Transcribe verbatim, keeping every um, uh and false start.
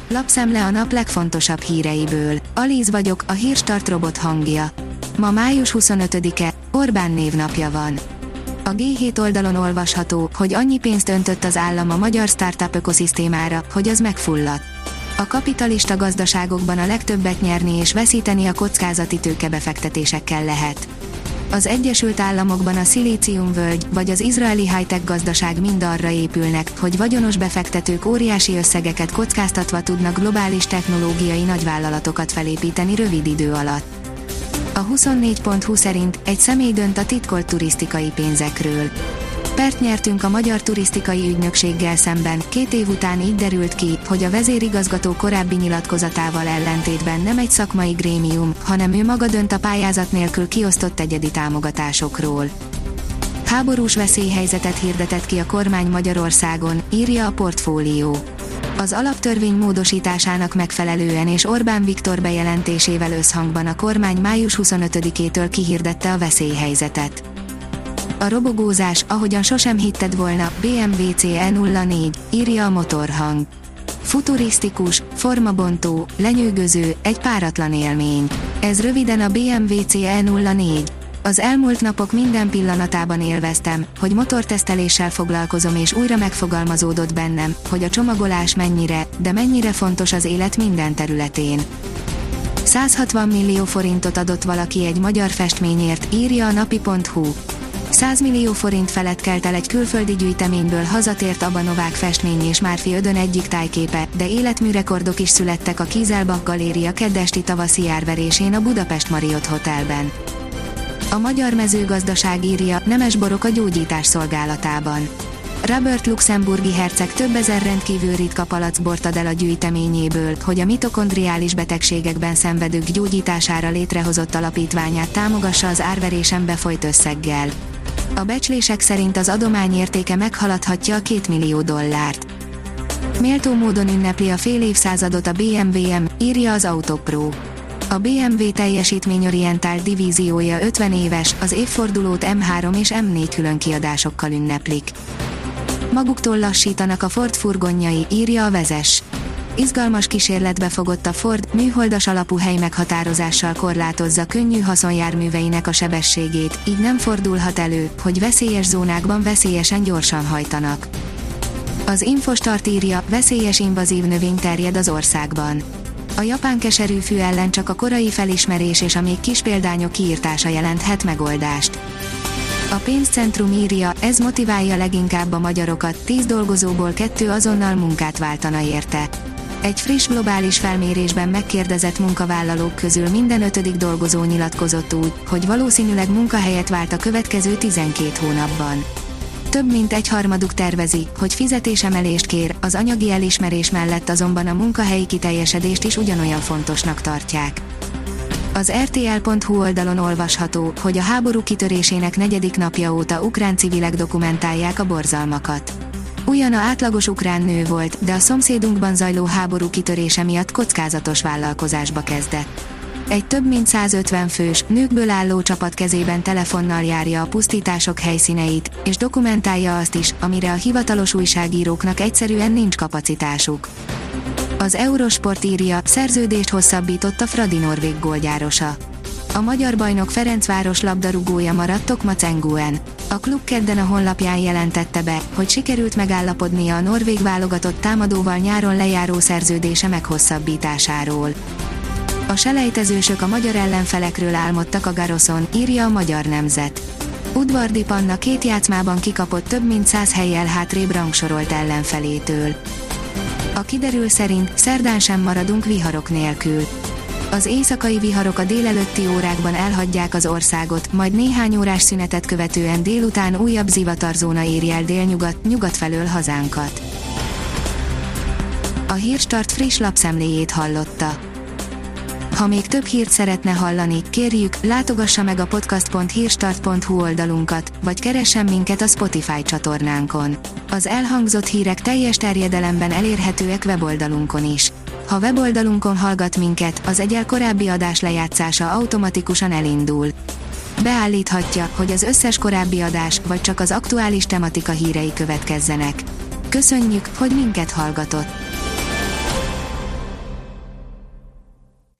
Lapszemle a nap legfontosabb híreiből. Alíz vagyok, a Hírstart robot hangja. Ma május huszonötödike, Orbán névnapja van. A gé hét oldalon olvasható, hogy annyi pénzt öntött az állam a magyar startup ökoszisztémára, hogy az megfulladt. A kapitalista gazdaságokban a legtöbbet nyerni és veszíteni a kockázati tőkebefektetésekkel lehet. Az Egyesült Államokban a szilíciumvölgy vagy az izraeli high-tech gazdaság mind arra épülnek, hogy vagyonos befektetők óriási összegeket kockáztatva tudnak globális technológiai nagyvállalatokat felépíteni rövid idő alatt. A huszonnégy pont hu szerint egy személy dönt a titkolt turisztikai pénzekről. Pert nyertünk a Magyar Turisztikai Ügynökséggel szemben, két év után így derült ki, hogy a vezérigazgató korábbi nyilatkozatával ellentétben nem egy szakmai grémium, hanem ő maga dönt a pályázat nélkül kiosztott egyedi támogatásokról. Háborús veszélyhelyzetet hirdetett ki a kormány Magyarországon, írja a Portfólió. Az alaptörvény módosításának megfelelően és Orbán Viktor bejelentésével összhangban a kormány május huszonötödikétől kihirdette a veszélyhelyzetet. A robogózás, ahogyan sosem hitted volna, bé em vé cé e nulla négy, írja a Motorhang. Futurisztikus, formabontó, lenyűgöző, egy páratlan élmény. Ez röviden a bé em vé cé e nulla négy. Az elmúlt napok minden pillanatában élveztem, hogy motorteszteléssel foglalkozom és újra megfogalmazódott bennem, hogy a csomagolás mennyire, de mennyire fontos az élet minden területén. száz hatvan millió forintot adott valaki egy magyar festményért, írja a napi pont hu. száz millió forint felett kelt el egy külföldi gyűjteményből hazatért Abanovák festmény és Márfi Ödön egyik tájképe, de életműrekordok is születtek a Kieselbach Galéria keddesti tavaszi árverésén a Budapest Marriott Hotelben. A Magyar Mezőgazdaság írja, nemes borok a gyógyítás szolgálatában. Robert luxemburgi herceg több ezer rendkívül ritka palackbort ad el a gyűjteményéből, hogy a mitokondriális betegségekben szenvedők gyógyítására létrehozott alapítványát támogassa az árverésen befolyt összeggel. A becslések szerint az adomány értéke meghaladhatja a két millió dollárt. Méltó módon ünnepli a fél évszázadot a bé em vé em, írja az Autopro. A bé em vé teljesítményorientált divíziója ötven éves, az évfordulót em három és em négy külön kiadásokkal ünneplik. Maguktól lassítanak a Ford furgonjai, írja a Vezes. Izgalmas kísérletbe fogott a Ford, műholdas alapú helymeghatározással korlátozza könnyű haszonjárműveinek a sebességét, így nem fordulhat elő, hogy veszélyes zónákban veszélyesen gyorsan hajtanak. Az Infostart írja, veszélyes invazív növény terjed az országban. A japán keserűfű ellen csak a korai felismerés és a még kis példányok kiírtása jelenthet megoldást. A pénzcentrum írja, ez motiválja leginkább a magyarokat, tíz dolgozóból kettő azonnal munkát váltana érte. Egy friss globális felmérésben megkérdezett munkavállalók közül minden ötödik dolgozó nyilatkozott úgy, hogy valószínűleg munkahelyet vált a következő tizenkét hónapban. Több mint egy harmaduk tervezi, hogy fizetésemelést kér, az anyagi elismerés mellett azonban a munkahelyi kiteljesedést is ugyanolyan fontosnak tartják. Az er té el pont hu oldalon olvasható, hogy a háború kitörésének negyedik napja óta ukrán civilek dokumentálják a borzalmakat. Ugyan a átlagos ukrán nő volt, de a szomszédunkban zajló háború kitörése miatt kockázatos vállalkozásba kezdett. Egy több mint százötven fős, nőkből álló csapat kezében telefonnal járja a pusztítások helyszíneit, és dokumentálja azt is, amire a hivatalos újságíróknak egyszerűen nincs kapacitásuk. Az Eurosport írja, szerződést hosszabbított a Fradi norvég gólgyárosa. A magyar bajnok Ferencváros labdarúgója maradt Tokmac Nguyen. A klub kedden a honlapján jelentette be, hogy sikerült megállapodnia a norvég válogatott támadóval nyáron lejáró szerződése meghosszabbításáról. A selejtezősök a magyar ellenfelekről álmodtak a Garoszon, írja a Magyar Nemzet. Udvardi Panna két játszmában kikapott több mint száz hellyel hátrébb rangsorolt ellenfelétől. A kiderül szerint szerdán sem maradunk viharok nélkül. Az éjszakai viharok a délelőtti órákban elhagyják az országot, majd néhány órás szünetet követően délután újabb zivatarzóna éri el délnyugat, nyugat felől hazánkat. A Hírstart friss lapszemléjét hallotta. Ha még több hírt szeretne hallani, kérjük, látogassa meg a podcast pont hírstart pont hu oldalunkat, vagy keressen minket a Spotify csatornánkon. Az elhangzott hírek teljes terjedelemben elérhetőek weboldalunkon is. Ha weboldalunkon hallgat minket, az egyel korábbi adás lejátszása automatikusan elindul. Beállíthatja, hogy az összes korábbi adás, vagy csak az aktuális tematika hírei következzenek. Köszönjük, hogy minket hallgatott!